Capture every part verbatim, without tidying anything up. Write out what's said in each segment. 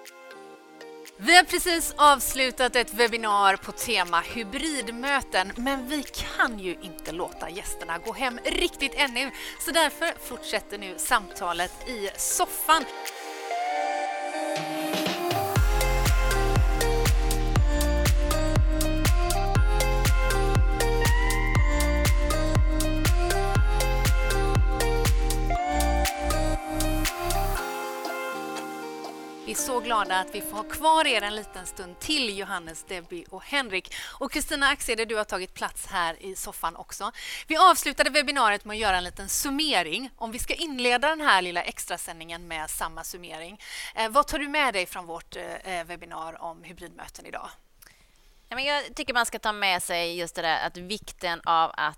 Vi har precis avslutat ett webbinar på tema hybridmöten, men vi kan ju inte låta gästerna gå hem riktigt ännu, så därför fortsätter nu samtalet i soffan. Vi är så glada att vi får ha kvar er en liten stund till, Johannes, Debbie och Henrik. Och Kristina Axede, du har tagit plats här i soffan också. Vi avslutade webbinariet med att göra en liten summering. Om vi ska inleda den här lilla extrasändningen med samma summering. Eh, vad tar du med dig från vårt eh, webbinar om hybridmöten idag? Ja, men jag tycker man ska ta med sig just det där att vikten av att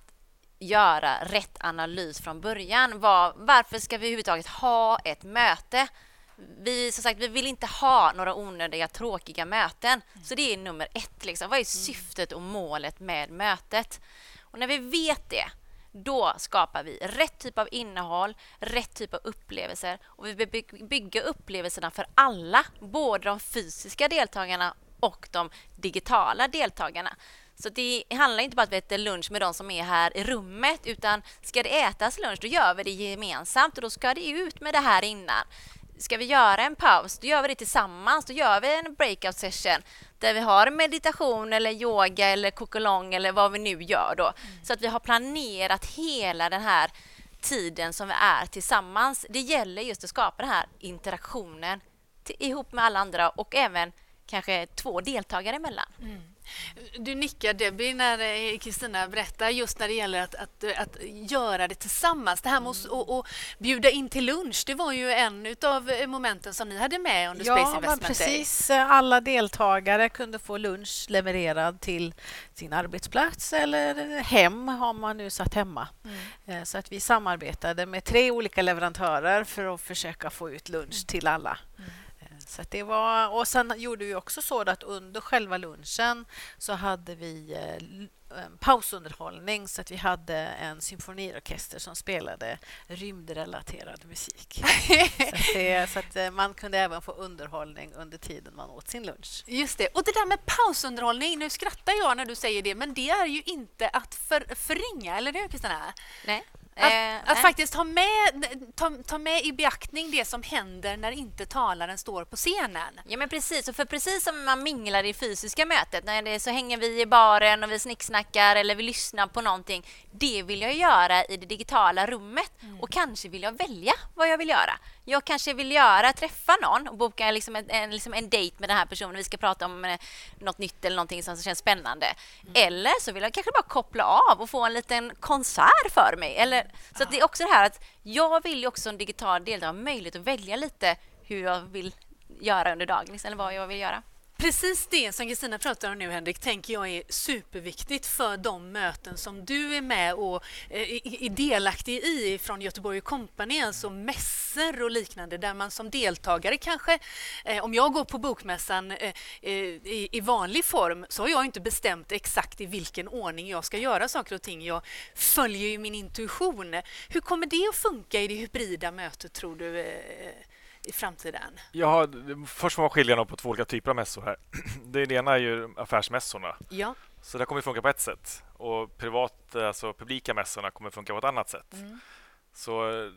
göra rätt analys från början. Var, varför ska vi överhuvudtaget ha ett möte? Vi, som sagt, vi vill inte ha några onödiga, tråkiga möten. Mm. Så det är nummer ett. Liksom. Vad är syftet och målet med mötet? Och när vi vet det, då skapar vi rätt typ av innehåll, rätt typ av upplevelser. Och vi bygger upplevelserna för alla, både de fysiska deltagarna och de digitala deltagarna. Så det handlar inte bara om att vi äter lunch med de som är här i rummet, utan ska det ätas lunch, då gör vi det gemensamt och då ska det ut med det här innan. Ska vi göra en paus, då gör vi det tillsammans. Då gör vi en breakout session där vi har meditation eller yoga eller kokolong eller vad vi nu gör då. Mm. Så att vi har planerat hela den här tiden som vi är tillsammans. Det gäller just att skapa den här interaktionen till, ihop med alla andra och även kanske två deltagare emellan. Mm. Du nickar, Debbie, när Kristina berättar just när det gäller att, att, att göra det tillsammans. Det här med mm. att, att bjuda in till lunch, det var ju en av momenten som ni hade med under ja, Space Investment Day. Ja, precis. Alla deltagare kunde få lunch levererad till sin arbetsplats eller hem, har man nu satt hemma. Mm. Så att vi samarbetade med tre olika leverantörer för att försöka få ut lunch mm. till alla. Mm. Så det var, och sen gjorde vi också så att under själva lunchen så hade vi eh, pausunderhållning, så att vi hade en symfoniorkester som spelade rymdrelaterad musik. så, att det, så att man kunde även få underhållning under tiden man åt sin lunch. Just det. Och det där med pausunderhållning, nu skrattar jag när du säger det, men det är ju inte att för, förringa, eller hur, Kristina? Nej. Att, eh, att faktiskt ta med, ta, ta med i beaktning det som händer när inte talaren står på scenen. Ja, men precis. Och för precis som man minglar i fysiska mötet, när det, så hänger vi i baren och vi snicksnackar eller vi lyssnar på någonting. Det vill jag göra i det digitala rummet. Mm. Och kanske vill jag välja vad jag vill göra. Jag kanske vill göra, träffa någon och boka liksom en, en, liksom en dejt med den här personen. Vi ska prata om eh, något nytt eller någonting som känns spännande. Mm. Eller så vill jag kanske bara koppla av och få en liten konsert för mig. Eller, så att det är också det här att jag vill ju också en digital deltagare ha möjlighet att välja lite hur jag vill göra under dagen eller vad jag vill göra. Precis det som Kristina pratar om nu, Henrik, tänker jag är superviktigt för de möten som du är med och eh, är delaktig i från Göteborg Company, alltså mässor och liknande, där man som deltagare kanske, eh, om jag går på bokmässan eh, i, i vanlig form, så har jag inte bestämt exakt i vilken ordning jag ska göra saker och ting. Jag följer ju min intuition. Hur kommer det att funka i det hybrida mötet, tror du, eh, i framtiden? Ja, först får man skilja på två olika typer av mässor här. Det ena är ju affärsmässorna. Ja. Så det kommer att funka på ett sätt. Och privat, alltså publika mässorna kommer att funka på ett annat sätt. Mm. Så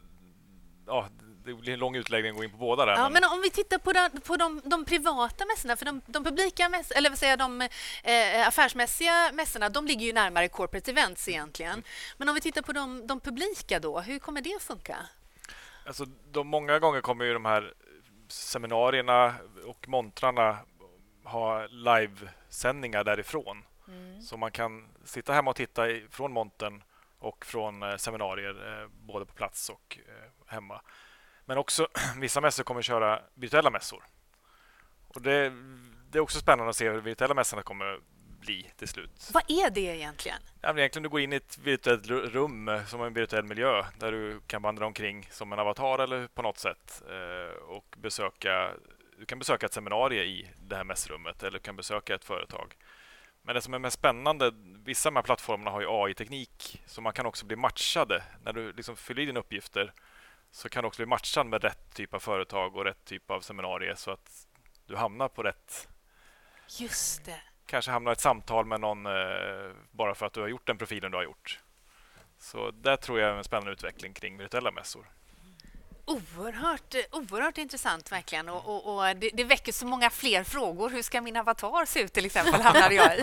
ja, det blir en lång utläggning att gå in på båda där. Ja, men... men om vi tittar på, den, på de, de privata mässorna, för de, de publika mäss, eller vad säger jag, de eh, affärsmässiga mässorna, de ligger ju närmare corporate events egentligen. Mm. Men om vi tittar på de, de publika då, hur kommer det att funka? Alltså, de, många gånger kommer ju de här seminarierna och montrarna ha livesändningar därifrån. Mm. Så man kan sitta hemma och titta i, från montern och från eh, seminarier, eh, både på plats och eh, hemma. Men också vissa mässor kommer att köra virtuella mässor. Och det, det är också spännande att se hur virtuella mässorna kommer bli till slut. Vad är det egentligen? Ja, men egentligen du går in i ett virtuellt rum som en virtuell miljö där du kan vandra omkring som en avatar eller på något sätt eh, och besöka, du kan besöka ett seminarie i det här mässrummet eller du kan besöka ett företag. Men det som är mest spännande, vissa av de här plattformarna har ju A I-teknik så man kan också bli matchade. När du liksom fyller i dina uppgifter så kan du också bli matchad med rätt typ av företag och rätt typ av seminarier så att du hamnar på rätt. Just det. Kanske hamnar ett samtal med någon eh, bara för att du har gjort den profilen du har gjort. Så där tror jag är en spännande utveckling kring virtuella mässor. Oerhört, oerhört intressant verkligen och, och, och det, det väcker så många fler frågor. Hur ska min avatar se ut till exempel, hamnar jag i.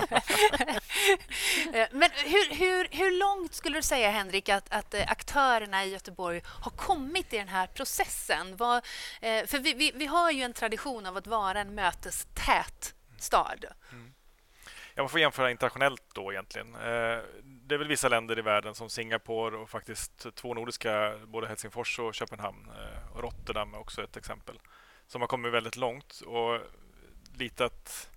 Men hur, hur, hur långt skulle du säga, Henrik, att, att aktörerna i Göteborg har kommit i den här processen? Vad, för vi, vi, vi har ju en tradition av att vara en mötestät stad. Mm. Ja, man får jämföra internationellt då egentligen. Eh, det är väl vissa länder i världen som Singapore och faktiskt två nordiska, både Helsingfors och Köpenhamn eh, och Rotterdam är också ett exempel, som har kommit väldigt långt och lite att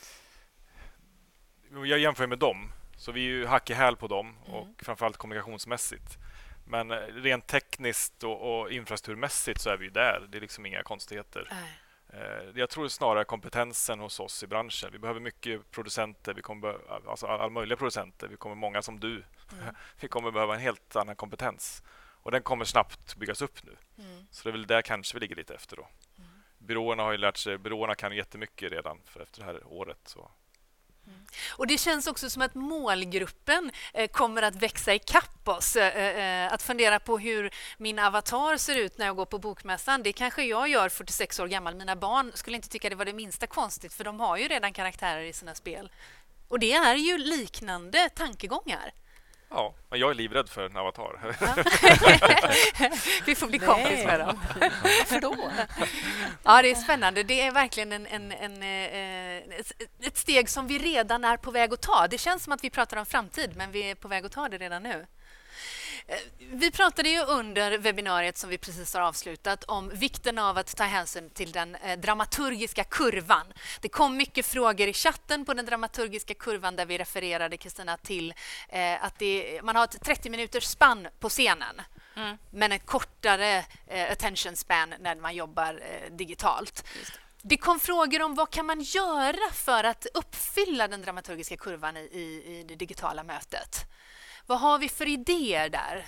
jag jämför med dem, så vi är ju hack i häl på dem och mm. framförallt kommunikationsmässigt. Men rent tekniskt och, och infrastrukturmässigt så är vi ju där. Det är liksom inga konstigheter. Nej. Jag tror snarare kompetensen hos oss i branschen. Vi behöver mycket producenter. Vi kommer be- alltså all möjliga producenter. Vi kommer många som du. Mm. Vi kommer behöva en helt annan kompetens. Och den kommer snabbt byggas upp nu. Mm. Så det är väl där kanske vi ligger lite efter då. Mm. Byråerna har ju lärt sig. Byråerna kan ju jättemycket redan för efter det här året. Så. Mm. Och det känns också som att målgruppen eh, kommer att växa i kapp oss. Eh, eh, att fundera på hur min avatar ser ut när jag går på bokmässan. Det kanske jag gör fyrtiosex år gammal. Mina barn skulle inte tycka det var det minsta konstigt, för de har ju redan karaktärer i sina spel. Och det är ju liknande tankegångar. Ja, men jag är livrädd för en avatar. Ja. Vi får bli kompis med dem. Varför då? Ja, det är spännande. Det är verkligen en, en, en, en, ett steg som vi redan är på väg att ta. Det känns som att vi pratar om framtid, men vi är på väg att ta det redan nu. Vi pratade ju under webbinariet som vi precis har avslutat om vikten av att ta hänsyn till den eh, dramaturgiska kurvan. Det kom mycket frågor i chatten på den dramaturgiska kurvan där vi refererade, Kristina, till eh, att det, man har ett trettio minuters spann på scenen. Mm. Men en kortare eh, attention span när man jobbar eh, digitalt. Just det. Det kom frågor om vad kan man göra för att uppfylla den dramaturgiska kurvan i, i, i det digitala mötet. Vad har vi för idéer där?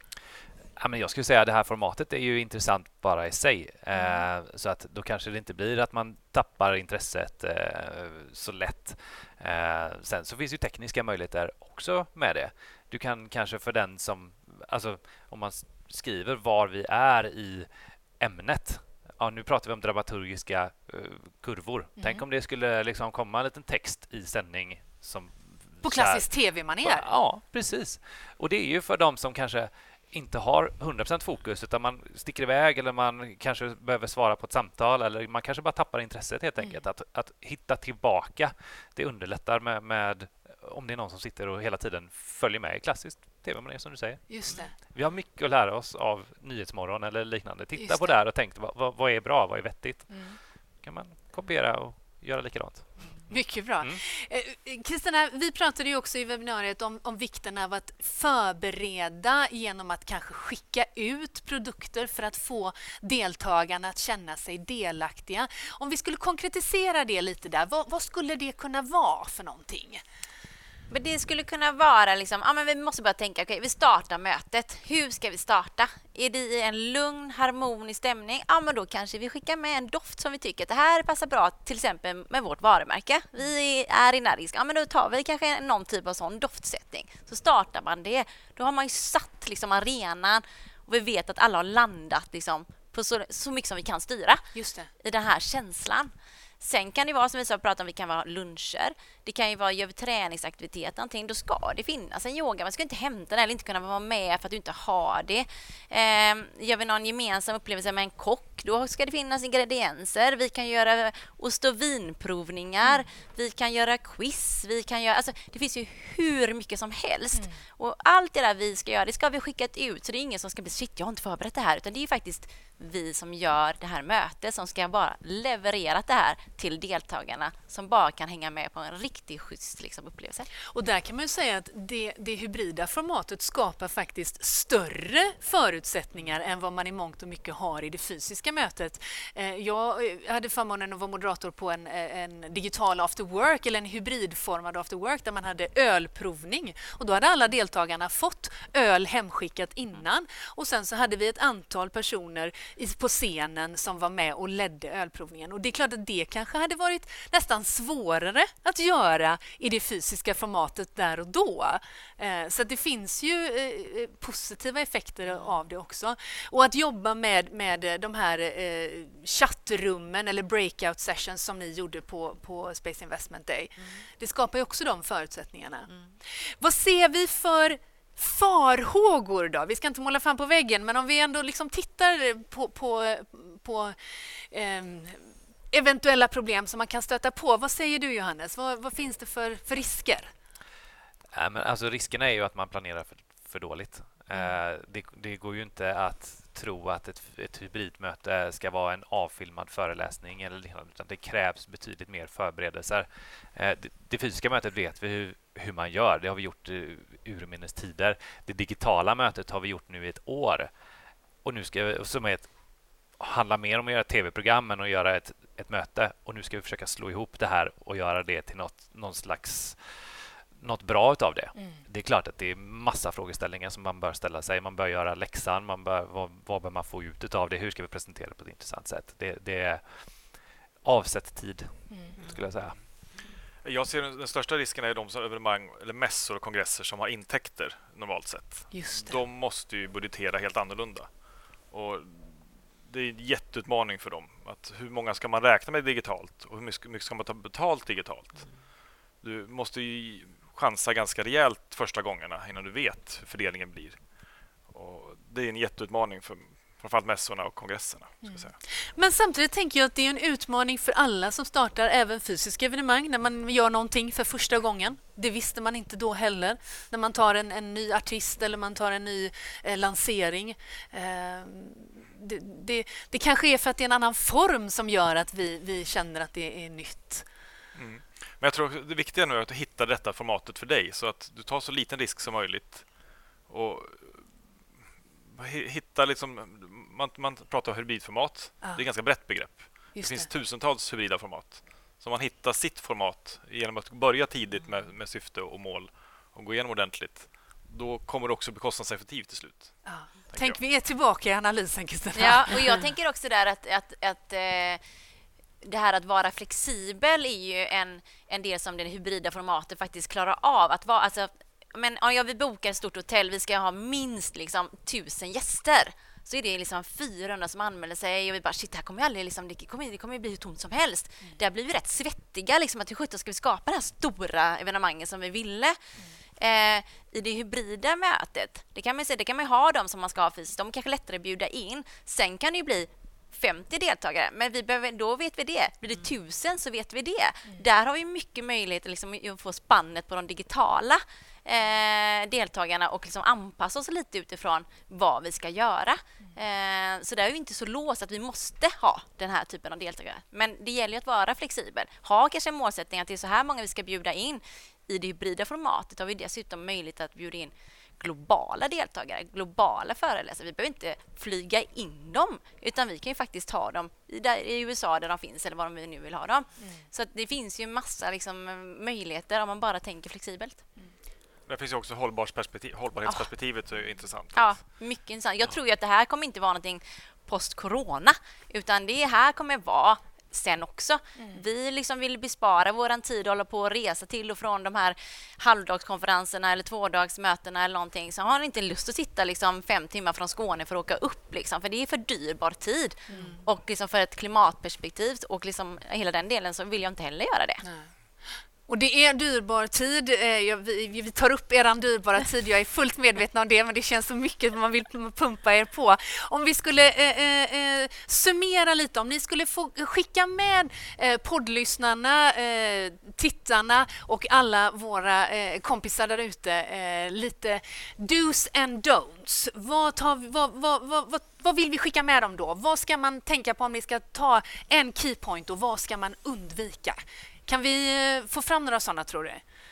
Ja, men jag skulle säga att det här formatet är ju intressant bara i sig. Mm. Eh, så att då kanske det inte blir att man tappar intresset eh, så lätt. Eh, sen så finns ju tekniska möjligheter också med det. Du kan kanske för den som, alltså om man skriver var vi är i ämnet. Ja, nu pratar vi om dramaturgiska uh, kurvor. Mm. Tänk om det skulle liksom komma en liten text i sändning som på klassiskt tv-manér. Ja, precis. Och det är ju för de som kanske inte har hundra procent fokus, utan man sticker iväg eller man kanske behöver svara på ett samtal eller man kanske bara tappar intresset helt enkelt. Mm. Att, att hitta tillbaka, det underlättar med, med om det är någon som sitter och hela tiden följer med i klassiskt tv-manér som du säger. Just det. Vi har mycket att lära oss av Nyhetsmorgon eller liknande. Titta på det här och tänk vad, vad är bra, vad är vettigt. Mm. Kan man kopiera och göra likadant. Mycket bra. Kristina, mm. eh, vi pratade ju också i webbinariet om, om vikten av att förbereda genom att kanske skicka ut produkter för att få deltagarna att känna sig delaktiga. Om vi skulle konkretisera det lite där, vad, vad skulle det kunna vara för någonting? Men det skulle kunna vara liksom, ja, men vi måste bara tänka, okej, okay, vi startar mötet. Hur ska vi starta? Är det i en lugn, harmonisk stämning? Ja, men då kanske vi skickar med en doft som vi tycker att det här passar bra, till exempel med vårt varumärke. Vi är energiska. Ja, men då tar vi kanske någon typ av sån doftsättning. Så startar man det. Då har man ju satt liksom arenan och vi vet att alla har landat liksom på så, så mycket som vi kan styra. Just det. I den här känslan. Sen kan det vara, som vi sa, prata om, vi kan vara luncher. Det kan ju vara, gör vi träningsaktivitet någonting, då ska det finnas en yoga. Man ska inte hämta den eller inte kunna vara med för att du inte har det. Eh, gör vi någon gemensam upplevelse med en kock, då ska det finnas ingredienser. Vi kan göra ost- och vinprovningar. Mm. Vi kan göra quiz. Vi kan göra, alltså, det finns ju hur mycket som helst. Mm. Och allt det där vi ska göra, det ska vi skicka ut. Så det är ingen som ska bli, shit, jag har inte förberett det här. Utan det är ju faktiskt vi som gör det här mötet som ska bara leverera det här till deltagarna som bara kan hänga med på en riktigt schysst liksom, upplevelse. Och där kan man ju säga att det, det hybrida formatet skapar faktiskt större förutsättningar än vad man i mångt och mycket har i det fysiska mötet. Jag hade förmånen att vara moderator på en, en digital after work eller en hybridformad after work där man hade ölprovning. Och då hade alla deltagarna fått öl hemskickat innan och sen så hade vi ett antal personer på scenen som var med och ledde ölprovningen. Och det är klart att det kanske hade varit nästan svårare att göra i det fysiska formatet där och då. Eh, så det finns ju eh, positiva effekter av det också. Och att jobba med, med de här eh, chattrummen eller breakout sessions som ni gjorde på, på Space Investment Day. Mm. Det skapar ju också de förutsättningarna. Mm. Vad ser vi för farhågor då? Vi ska inte måla fan på väggen, men om vi ändå liksom tittar på, på, på eh, eventuella problem som man kan stöta på. Vad säger du, Johannes? Vad, vad finns det för, för risker? Ja, men alltså, riskerna är ju att man planerar för, för dåligt. Mm. Eh, det, det går ju inte att tro att ett, ett hybridmöte ska vara en avfilmad föreläsning eller liknande, utan det krävs betydligt mer förberedelser. Eh, det, det fysiska mötet vet vi hur, hur man gör. Det har vi gjort uh, urminnes tider. Det digitala mötet har vi gjort nu i ett år. Och nu ska vi, som är ett, handla mer om att göra tv-program än att göra ett, ett möte. Och nu ska vi försöka slå ihop det här och göra det till något, någon slags något bra utav det. Mm. Det är klart att det är massa frågeställningar som man bör ställa sig. Man bör göra läxan. Man bör, vad, vad bör man få ut utav det? Hur ska vi presentera det på ett intressant sätt? Det, det är avsätt tid, mm. skulle jag säga. Jag ser den största risken är de som evenemang eller mässor och kongresser som har intäkter normalt sett. Just det. De måste ju budgetera helt annorlunda. Och det är en jätteutmaning för dem. Att hur många ska man räkna med digitalt och hur mycket ska man ta betalt digitalt? Mm. Du måste ju chansa ganska rejält första gångerna innan du vet hur fördelningen blir. Och det är en jätteutmaning för framförallt mässorna och kongresserna. Ska jag säga. Men samtidigt tänker jag att det är en utmaning för alla som startar även fysiska evenemang när man gör någonting för första gången. Det visste man inte då heller. När man tar en, en ny artist eller man tar en ny eh, lansering. Eh, det, det, det kanske är för att det är en annan form som gör att vi, vi känner att det är nytt. Mm. Men jag tror att det viktiga nu är att hitta detta formatet för dig så att du tar så liten risk som möjligt och hitta liksom, man, man pratar om hybridformat. Ah. Det är ett ganska brett begrepp. Just det finns det. tusentals hybrida format. Så man hittar sitt format genom att börja tidigt med, med syfte och mål och gå igenom ordentligt. Då kommer det också bli kostnadseffektivt till slut. Ah. Tänk, vi är tillbaka i analysen, Kristina. Ja, och jag tänker också där att, att, att eh, det här att vara flexibel är ju en, en del som det hybrida formatet faktiskt klarar av. Att vara, alltså, men om jag vill boka ett stort hotell, vi ska ha minst liksom, tusen gäster. Så är det liksom fyrahundra som anmäler sig och vi bara, shit, här kommer ju aldrig, liksom, det kommer, det kommer ju bli hur tomt som helst. Mm. Där blir vi rätt svettiga, liksom, att hur sjutton ska vi skapa det här stora evenemanget som vi ville. Mm. Eh, I det hybrida mötet, det kan man säga, det kan man ha dem som man ska ha fysiskt. De kanske lättare bjuda in. Sen kan det ju bli femtio deltagare, men vi behöver, då vet vi det. Blir det tusen så vet vi det. Mm. Där har vi mycket möjlighet liksom, att få spannet på de digitala eh, deltagarna och liksom anpassa oss lite utifrån vad vi ska göra. Mm. Eh, så där är vi inte så låst att vi måste ha den här typen av deltagare. Men det gäller ju att vara flexibel. Ha kanske en målsättning att det är så här många vi ska bjuda in. I det hybrida formatet har vi dessutom möjlighet att bjuda in globala deltagare, globala föreläsare. Vi behöver inte flyga in dem, utan vi kan ju faktiskt ha dem i, där, i U S A där de finns eller var de nu vill ha dem. Mm. Så att det finns ju massa liksom, möjligheter om man bara tänker flexibelt. Mm. Det finns ju också hållbarhetsperspektiv, hållbarhetsperspektivet är intressant. Ja, mycket intressant. Jag tror ju att det här kommer inte vara någonting post-corona, utan det här kommer vara sen också. Mm. Vi liksom vill bespara våran tid och hålla på att resa till och från de här halvdagskonferenserna eller tvådagsmötena eller någonting. Så har ni inte lust att sitta liksom fem timmar från Skåne för att åka upp liksom, för det är för dyrbar tid. Mm. Och liksom för ett klimatperspektiv och liksom hela den delen så vill jag inte heller göra det. Nej. Och det är dyrbar tid. Vi tar upp er dyrbara tid. Jag är fullt medveten om det, men det känns så mycket man vill pumpa er på. Om vi skulle eh, eh, summera lite, om ni skulle få skicka med eh, poddlyssnarna, eh, tittarna och alla våra eh, kompisar där ute eh, lite do's and don'ts. Vad, tar, vad, vad, vad, vad, vad vill vi skicka med dem då? Vad ska man tänka på om ni ska ta en keypoint och vad ska man undvika? Kan vi få fram några sådana, tror du?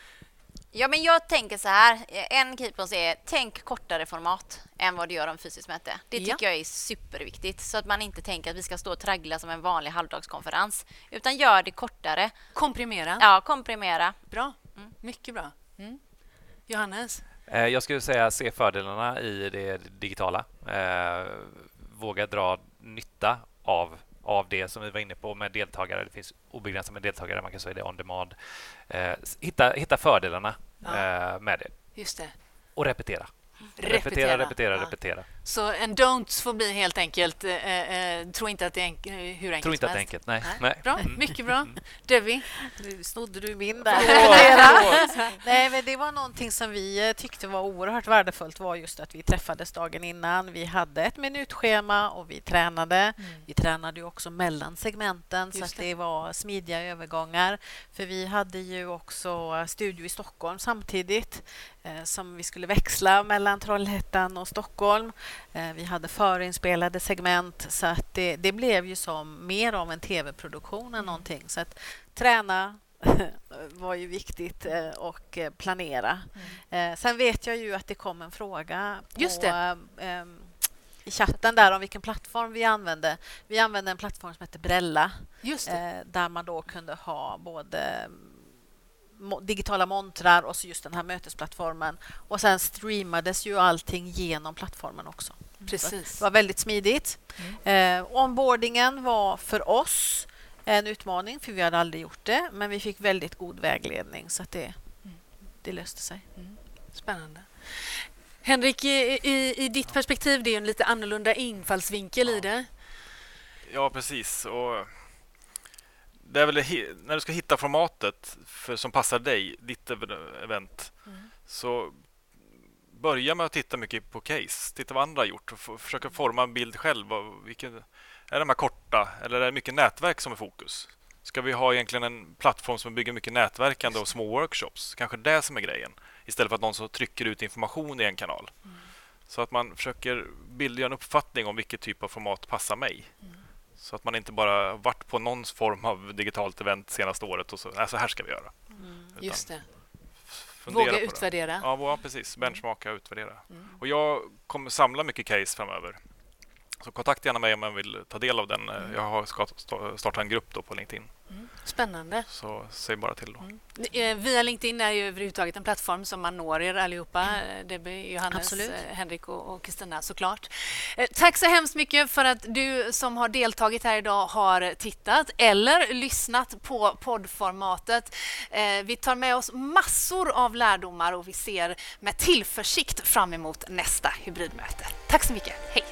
Ja, men jag tänker så här. En keypoint är tänk kortare format än vad du gör om fysiskt möte. Det tycker ja. jag är superviktigt. Så att man inte tänker att vi ska stå och traggla som en vanlig halvdagskonferens. Utan gör det kortare. Komprimera. Ja, komprimera. Bra. Mm. Mycket bra. Mm. Johannes? Jag skulle säga se fördelarna i det digitala. Eh, våga dra nytta av av det som vi var inne på med deltagare. Det finns obegränsat med deltagare, man kan säga det on demand. Eh, hitta, hitta fördelarna Ja. eh, med det. Just det. Och repetera. Repetera, Repetera, repetera, ja. repetera. Så en don'ts får bli helt enkelt, eh, eh, tro inte att det är enk- hur enkelt Tror inte som att det är helst. enkelt. Nej. Nej. Nej. Bra, mycket bra. Debbie? Nu snodde du min där. Nej, men det var någonting som vi eh, tyckte var oerhört värdefullt var just att vi träffades dagen innan. Vi hade ett minutschema och vi tränade. Mm. Vi tränade ju också mellan segmenten så Just att det. det var smidiga övergångar. För vi hade ju också studio i Stockholm samtidigt eh, som vi skulle växla mellan Trollhättan och Stockholm. Eh, vi hade förinspelade segment så att det, det blev ju som mer av en tv-produktion än någonting. Så att träna var ju viktigt eh, och eh, planera. Eh, sen vet jag ju att det kom en fråga på, Just det. eh, eh, i chatten där om vilken plattform vi använde. Vi använde en plattform som heter Brella Just det. eh, där man då kunde ha både mo- digitala montrar och så just den här mötesplattformen. Och sen streamades ju allting genom plattformen också. Precis. Det var väldigt smidigt. Eh, onboardingen var för oss en utmaning för vi hade aldrig gjort det. Men vi fick väldigt god vägledning så att det, det löste sig. Spännande. Henrik, i, i, i ditt perspektiv, det är en lite annorlunda infallsvinkel i det. Ja, precis. Och det är väl hi- när du ska hitta formatet för, som passar dig, ditt ev- event, så börja med att titta mycket på case. Titta vad andra har gjort och f- försöka forma en bild själv. Av vilken, är de här korta eller är det mycket nätverk som är fokus? Ska vi ha egentligen en plattform som bygger mycket nätverkande och små workshops? Kanske det som är grejen. Istället för att någon som trycker ut information i en kanal. Så att man försöker bilda en uppfattning om vilket typ av format passar mig. Så att man inte bara varit på någon form av digitalt event senaste året och så, nej, så här ska vi göra. Utan Just det. fundera Våga på det. utvärdera. Ja, våga, precis. Benchmarka och utvärdera. Och jag kommer samla mycket case framöver. Så kontakta gärna mig om man vill ta del av den. Jag har ska sta- startat en grupp då på LinkedIn. Spännande. Så säg bara till då. Eh, Via LinkedIn är ju överhuvudtaget en plattform som man når er allihopa. Debbie, Johannes, Absolut. eh, Henrik och och Kristina såklart. Eh, Tack så hemskt mycket för att du som har deltagit här idag har tittat eller lyssnat på poddformatet. Eh, Vi tar med oss massor av lärdomar och vi ser med tillförsikt fram emot nästa hybridmöte. Tack så mycket. Hej!